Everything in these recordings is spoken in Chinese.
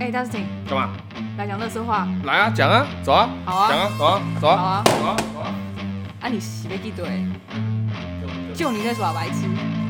大师兄， 干嘛？ 来讲垃圾话。 来啊，讲啊，走啊， 好啊讲啊，走啊，走啊， 好啊走啊，走啊。 啊，你洗没记对？就你在耍白痴。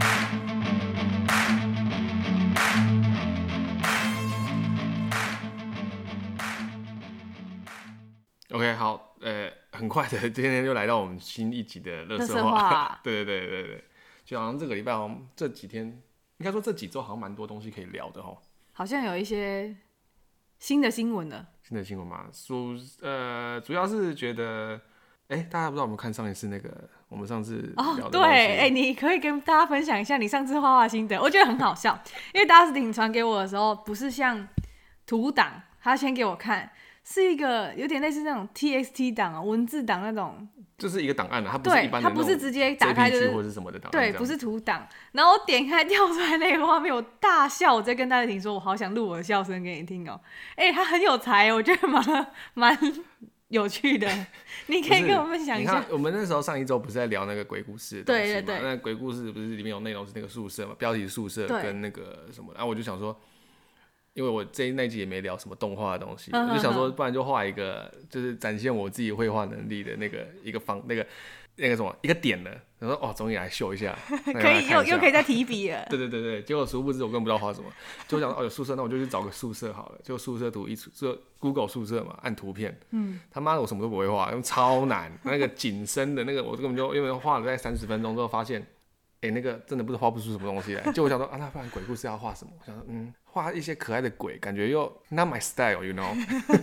OK， 好，很快的，今天就来到我们新一集的垃圾话。对，就好像这个礼拜，好像这几天，应该说这几周好像蛮多东西可以聊的哈。 好像有一些新的新闻了。 新的新闻嘛，主要是觉得，大家不知道有没有看上一次那个我们上次聊的东西？ 对，你可以跟大家分享一下你上次画画心得，我觉得很好笑，因为大师兄传给我的时候，不是像图档，他先给我看。是一个有点类似那种 TXT 档啊，文字档那种， 就是一个档案啊，它不是一般的它不是直接打开就是或者是什么的档案， 对，不是图档。然后我点开跳出来那个画面，我大笑，我在跟大家听说，我好想录我的笑声给你听哦。他很有才，我觉得蛮有趣的，你可以跟我分享一下。 你看，我们那时候上一周不是在聊那个鬼故事的东西嘛？ 对， 那鬼故事不是里面有内容是那个宿舍嘛？标题宿舍跟那个什么，然后我就想说。因为我那集也没聊什么动画的东西，我就想说，不然就画一个，就是展现我自己绘画能力的那个一个那个什么一个点了。我说终于来秀一下， 可以又可以再提笔了。 对，结果殊不知我根本不知道画什么，就想有宿舍，那我就去找个宿舍好了。就宿舍图就 Google 宿舍嘛，按图片，他妈的我什么都不会画，超难。那个景深的那个我根本就因为画了在30分钟之后发现。那个真的不是画不出什么东西来，就我想说那不然鬼故事要画什么？我想说画一些可爱的鬼，感觉又 not my style，you know 。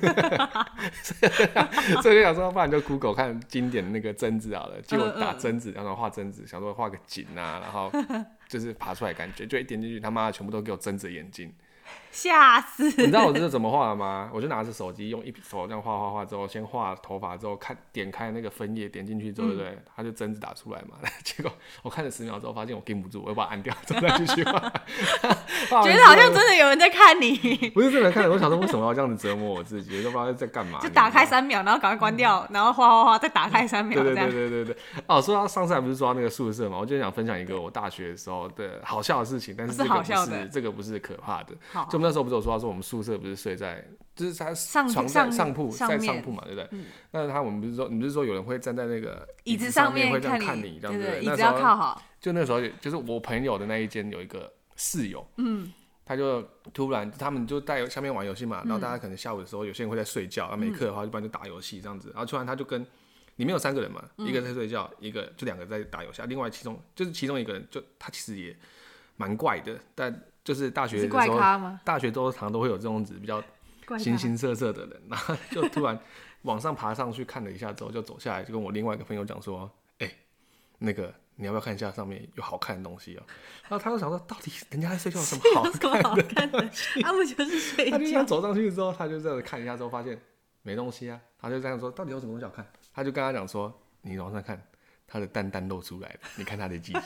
所以就想说，不然就 Google 看经典的那个贞子好了，结果打贞子，然后画贞子，想说画个景啊，然后就是爬出来感觉，就一点进去，他妈的全部都给我贞子眼睛。 吓死！ 你知道我这是怎么画的吗？我就拿着手机用一手这样画之后，先画头发之后点开那个分页，点进去之后，对不对？它就针子打出来嘛。结果我看了10秒之后，发现我盯不住，我就把它按掉，之后再继续画。 觉得好像真的有人在看你。 不是真的看，我想说为什么要这样子折磨我自己？我都不知道在干嘛。 就打开3秒，然后赶快关掉，然后画，再打开3秒。 对。说到上次还不是说到那个宿舍嘛，我就想分享一个我大学的时候的好笑的事情，但是这个不是可怕的。就我们那时候不是有说到说我们宿舍不是睡在，就是他床在上铺，在上铺嘛，对不对？那我们不是说，你不是说有人会站在那个椅子上面会这样看你，这样子？ 椅子要靠好。 就那时候，就是我朋友的那一间有一个室友，他就突然他们就在下面玩游戏嘛，然后大家可能下午的时候有些人会在睡觉，没课的话，一般就打游戏这样子。然后突然他就跟里面有3个人嘛，一个在睡觉，一个就2个在打游戏，另外其中一个人就他其实也蛮怪的，但。就是大学的时候，大学常常都会有这种比较形形色色的人，然后就突然往上爬上去看了一下之后，就走下来，就跟我另外一个朋友讲说：“那个你要不要看一下上面有好看的东西啊？”然后他就想说，到底人家在睡觉有什么好看的？ 他们就是睡觉。 他就这样走上去之后，他就这样看一下之后，发现没东西啊。他就这样说：“到底有什么东西好看？”他就跟他讲说：“你往上看，他的蛋蛋露出来了，你看他的鸡鸡。”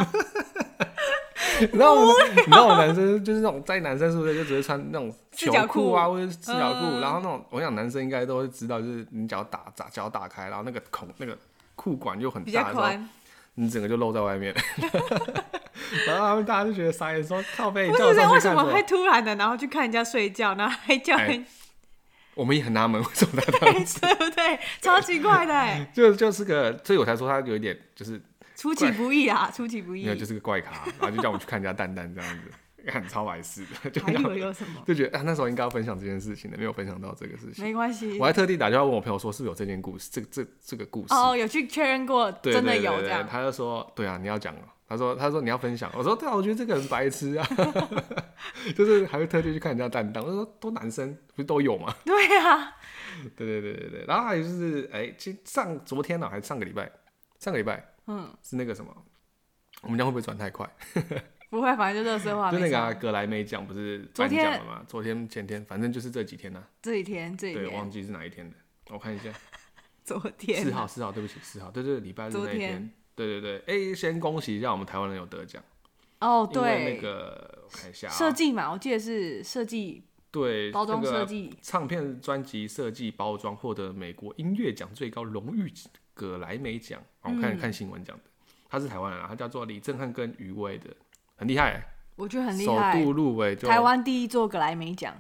你知道我男生就是那种在男生宿舍就只会穿那种球裤啊，或者是四角裤，然后那种我想男生应该都会知道，就是你脚打开，然后那个裤管又很大的时候，你整个就露在外面。然后他们大家就觉得傻眼，说靠背，叫我上去看。 为什么会突然的，然后去看人家睡觉，然后还叫人？ 我们也很纳闷，为什么他这样子， 对不对？超奇怪的， 就是个，所以我才说他有一点就是。 出其不意啊，出其不意。 没有，就是个怪咖，然后就叫我们去看人家蛋蛋这样子，很超白痴的。 还以为有什么？ 就觉得那时候应该要分享这件事情的，没有分享到这个事情。 没关系， 我还特地打电话问我朋友说，是不是有这件故事，这个故事。 有去确认过，真的有这样。 他就说，对啊，你要讲哦。他说你要分享。我说对啊，我觉得这个很白痴啊，就是还会特地去看人家蛋蛋。我说都男生不是都有吗？ 对啊。 对。然后还有就是昨天还是上个礼拜，是那个什么。我们这样会不会转太快？ 不会，反正就垃圾话。 就那个格莱美奖不是颁奖了吗？昨天、前天，反正就是这几天啊。 这几天。对， 忘记是哪一天的，我看一下。 昨天。 4号，对不起，4号，对，礼拜日那一天。对。先恭喜一下我们台湾人有得奖。 对。 因为那个我看一下设计嘛，我记得是设计。 对， 包装设计。 唱片专辑设计包装获得美国音乐奖最高荣誉格莱美奖。我看新闻讲的。他是台湾人他叫做李正翰跟余威的，很厉害。 我觉得很厉害， 首度入围， 台湾第一座格莱美奖。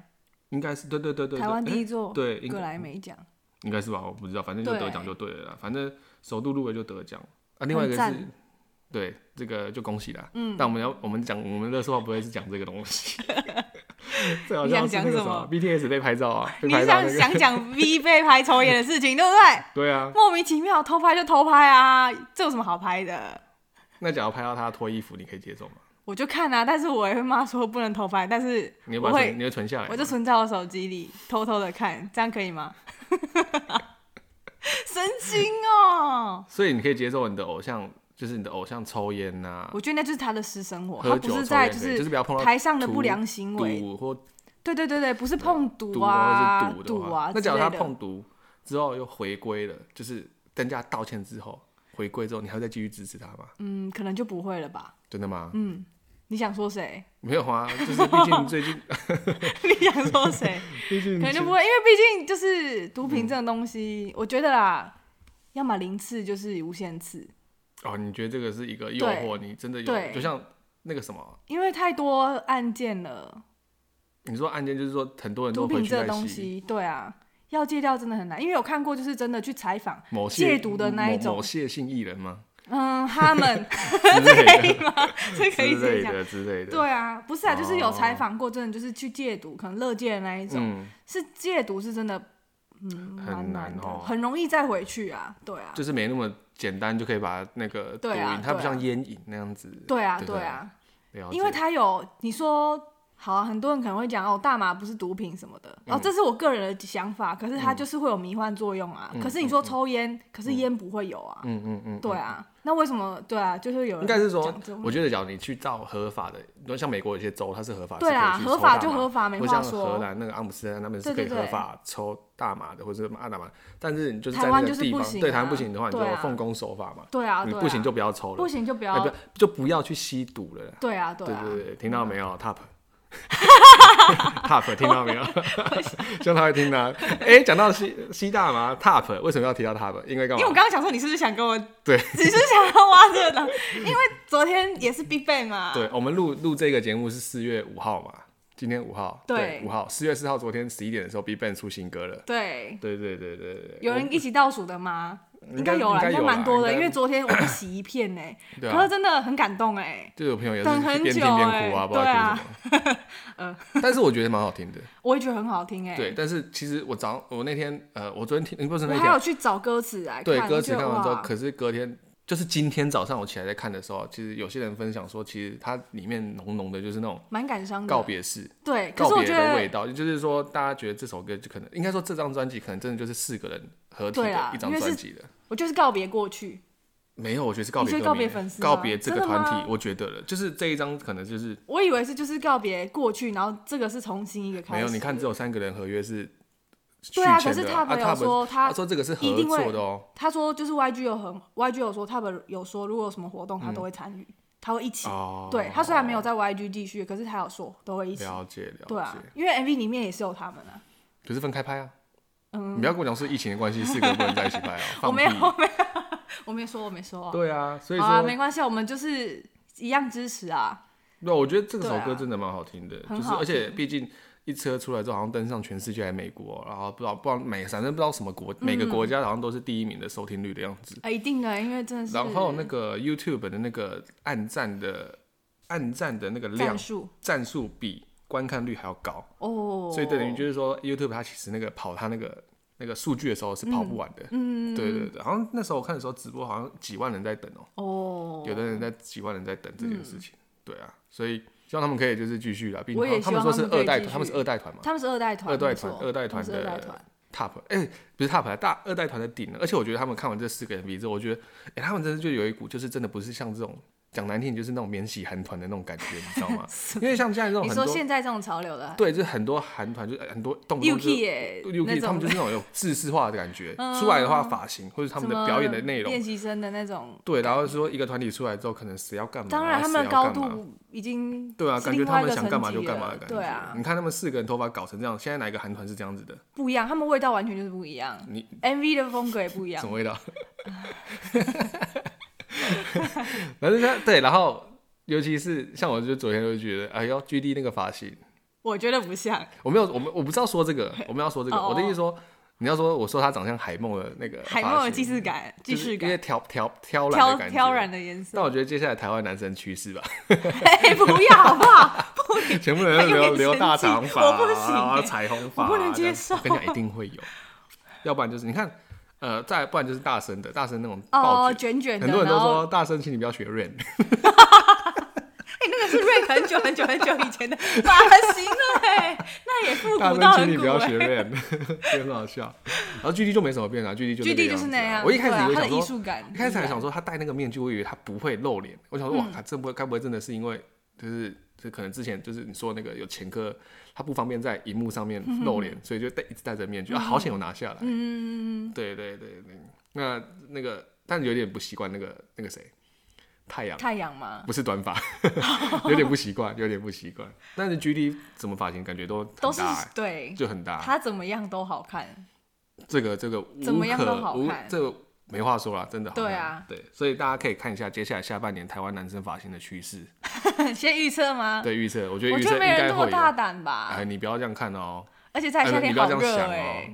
应该是对， 台湾第一座对格莱美奖， 应该是吧？我不知道，反正就得奖就对了啦。反正首度入围就得奖啊。另外一个是，对，这个就恭喜啦。但我们讲我们乐视话不会是讲这个东西。这好像是那个什么 BTS 被拍照啊， 你想讲 V 被拍抽烟的事情，对不对？ 对啊， 莫名其妙偷拍就偷拍啊，这有什么好拍的？ 那假如拍到他脱衣服，你可以接受吗？ 我就看啊，但是我也会骂说不能偷拍，但是你会存下来， 我就存在我手机里，偷偷的看，这样可以吗？神经哦！ 所以你可以接受你的偶像。就是你的偶像抽烟呐， 我觉得那就是他的私生活， 他不是在就是不要碰到台上的不良行为， 赌或对，不是碰毒啊， 赌啊。 那假如他碰毒之后又回归了，就是跟人家道歉之后回归之后，你还会再继续支持他吗？ 可能就不会了吧。 真的吗？ 你想说谁？ 没有啊，就是毕竟最近你想说谁？可能就不会，因为毕竟就是毒品这种东西，我觉得啦，要么零次就是无限次。 哦，你觉得这个是一个诱惑？你真的有，就像那个什么， 因为太多案件了。 你说案件就是说很多人都毒品这个东西，对啊，要戒掉真的很难。因为有看过，就是真的去采访戒毒的那一种某谢姓艺人吗？ 他们这可以吗？这可以这样之类的。 对啊，不是啊，就是有采访过，真的就是去戒毒，可能乐戒的那一种，是戒毒是真的， 很难哦， 很容易再回去啊，对啊， 就是没那么简单就可以把那个毒瘾，它不像烟瘾那样子。 对啊，因为它有你说好啊，很多人可能会讲大麻不是毒品什么的，这是我个人的想法，可是它就是会有迷幻作用啊。可是你说抽烟，可是烟不会有啊。对啊，那为什么？对啊，就是有人应该是说，我觉得假如你去照合法的，像美国有些州它是合法， 对啊，合法就合法，没话说。 荷兰那个阿姆斯特丹那边是可以合法抽大麻的，或者大麻，但是你就是在那个地方， 对台湾不行的话，你就奉公守法嘛。 对啊， 你不行就不要抽了， 不行就不要， 就不要去吸毒了。 对啊， 对，听到没有 ？Top 听到没有？希望他会听到。讲到吸大麻 ，Top 为什么要提到 Top？ 因为干嘛？ 因为我刚刚想说，你是不是想跟我对， 只是想要挖热闹？因为昨天也是 BigBang 嘛。 对，我们录这个节目是4月5号嘛，今天5号， 对 ，5号，4月4号，昨天11点的时候 BigBang 出新歌了。 对， 有人一起倒数的吗？应该有啦，应该蛮多的，因为昨天我们洗一片呢，可是真的很感动哎， 就有朋友也是等很久边听边哭啊，不知道哭什么。但是我觉得蛮好听的， 我也觉得很好听哎。 对，但是其实我那天我昨天听，不是那天， 我还有去找歌词来看， 对，歌词看完之后，可是隔天就是今天早上我起来在看的时候，其实有些人分享说，其实它里面浓的就是那种蛮感伤的告别式， 对， 告别的味道，就是说大家觉得这首歌就可能应该说这张专辑可能真的就是4个人合体的一张专辑的。 我就是告别过去， 没有，我觉得是告别歌迷， 告别粉丝， 告别这个团体，我觉得了，就是这一张可能就是， 我以为是就是告别过去，然后这个是重新一个开始。 没有，你看只有3个人合约是续签的，对啊， 可是他有说他说这个是合作的哦， 他说就是 YG 有说他们有说如果有什么活动他都会参与，他会一起。对，他虽然没有在 YG 继续，可是他有说都会一起。 了解。 对啊，因为 MV 里面也是有他们啊， 可是分开拍啊。你不要跟我讲是疫情的关系，4个不能在一起拍啊！ 我没说。 对啊，所以说没关系，我们就是一样支持啊。 对，我觉得这首歌真的蛮好听的，就是而且毕竟一车出来之后，好像登上全世界还美国，然后不知道反正不知道什么每个国家好像都是第1名的收听率的样子。 一定的，因为真的是。 然后那个 YouTube 的那个按赞的那个量赞数比观看率还要高哦，所以等于就是说 YouTube 它其实那个跑它那个数据的时候是跑不完的。对，好像那时候我看的时候直播好像几万人在等哦，有的人在几万人在等这件事情。对啊，所以希望他们可以就是继续啦，毕竟他们说是二代团，他们是二代团嘛， 他们是二代团的 top， 不是 top 二代团的顶了。而且我觉得他们看完这4个 MV 之后，我觉得他们真的就有一股就是真的不是像这种。讲难听就是那种免洗韩团的那种感觉，你知道吗？因为像现在这种很多， 你说现在这种潮流的， 对，就是很多韩团就是很多动不动就 UK 他们就是那种有制式化的感觉，出来的话发型或者他们的表演的内容， 练习生的那种， 对，然后说一个团体出来之后，可能谁要干嘛， 当然他们的高度已经对啊，感觉他们想干嘛就干嘛的感觉， 对啊， 你看他们4个人头发搞成这样，现在哪一个韩团是这样子的？ 不一样，他们味道完全就是不一样，你 MV 的风格也不一样， 什么味道？反正对，然后。尤其是像我，就昨天就觉得，哎呦 ，GD 那个发型我觉得不像。 我不是要说这个，我们要说这个。我的意思说，你要说我说他长相海梦的那个海梦的既视感， 就是因为挑染的感觉， 挑染的颜色。 但我觉得接下来台湾男生趋势吧， 不要好不好？ 全部人留大长发， 我不行， 然后彩虹发， 我不能接受。 我跟你讲，一定会有，要不然就是你看。再不然就是大声那种爆卷的， 很多人都说大声，请你不要学 Rain。 那个是 Rain 很久以前的发型了那也复古到很古大声，请你不要学 Rain， 很好笑。然后 GD 就没什么变啊，GD 就是那样。 我一开始以为想说，一开始还想说他戴那个面具，我以为他不会露脸。我想说，哇，该不会真的是因为就可能之前就是你说那个有前科，他不方便在荧幕上面露脸，所以就一直戴着面具好险有拿下来。对，那个，但有点不习惯那个谁，太阳吗？不是短发，有点不习惯。但是 GD 怎么发型感觉都是对， 就很大， 他怎么样都好看。 这个怎么样都好看， 这个没话说啦，真的好看。 对啊， 对，所以大家可以看一下接下来下半年台湾男生发型的趋势。 先预测吗？ 对，预测，我觉得预测应没人该会有。 大胆吧？ 你不要这样看哦。 而且在夏天好热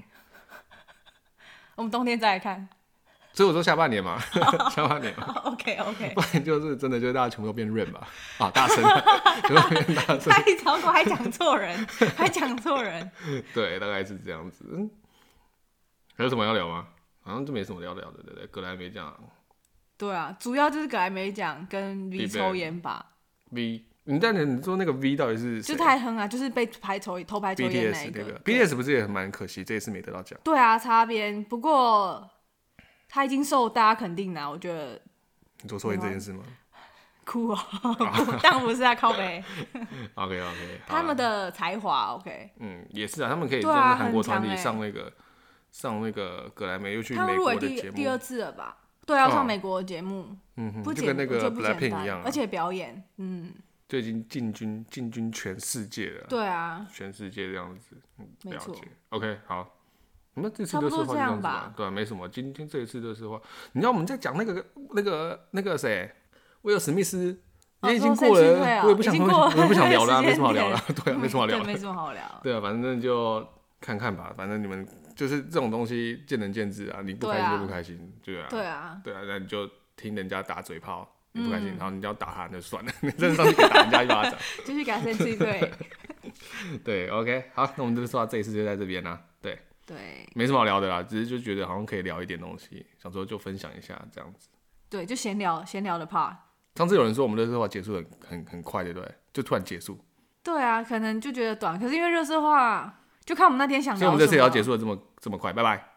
我们冬天再来看。 所以我说下半年嘛，下半年。 OK， 不然就是真的就是大家全部都变 Rain 吧？大声，全部变大声。 太超过，还讲错人， 对，大概是这样子。还有什么要聊吗？好像就没什么聊的，对不对？格莱美奖。 对啊，主要就是格莱美奖跟 V 抽烟吧。 V， 你说那个 V 到底是谁？ 就太亨啊，就是被偷拍抽烟那一个。 BTS 不是也蛮可惜，这一次没得到奖。 对啊，擦边。不过他已经受大家肯定了，我觉得。 你做抽烟这件事吗？ 哭哦，当然不是啊，靠北。 OK， 他们的才华 OK。 也是啊，他们可以跟韩国团体上那个格莱美，又去美国的节目， 第2次了吧？对啊，上美国的节目， 就跟那个 Blackpink 一样， 而且表演， 就已经进军全世界了。 对啊， 全世界这样子， 没错。 OK， 好，我们这次乐视化就这样子吧，对啊，没什么。今天这一次乐视化，你知道我们在讲那个谁，威尔史密斯。也已经过了，我也不想聊了，没什么好聊了。对啊，没什么好聊。 没什么好聊。 对啊，反正就看看吧，反正你们就是这种东西见仁见智啊，你不开心就不开心，对啊，那你就听人家打嘴炮，你不开心，然后你要打他那就算了，你真的上去给打人家一巴掌， 继续给他生气，对。 对 ，OK， 好，那我们就说到这一次就在这边啦，对，没什么好聊的啦，只是就觉得好像可以聊一点东西，想说就分享一下这样子。 对，就闲聊的 part。 上次有人说我们热色话结束很快，对不对？就突然结束。 对啊，可能就觉得短，可是因为热色话，就看我们那天想聊什么。 所以我们这次也要结束的这么快，拜拜。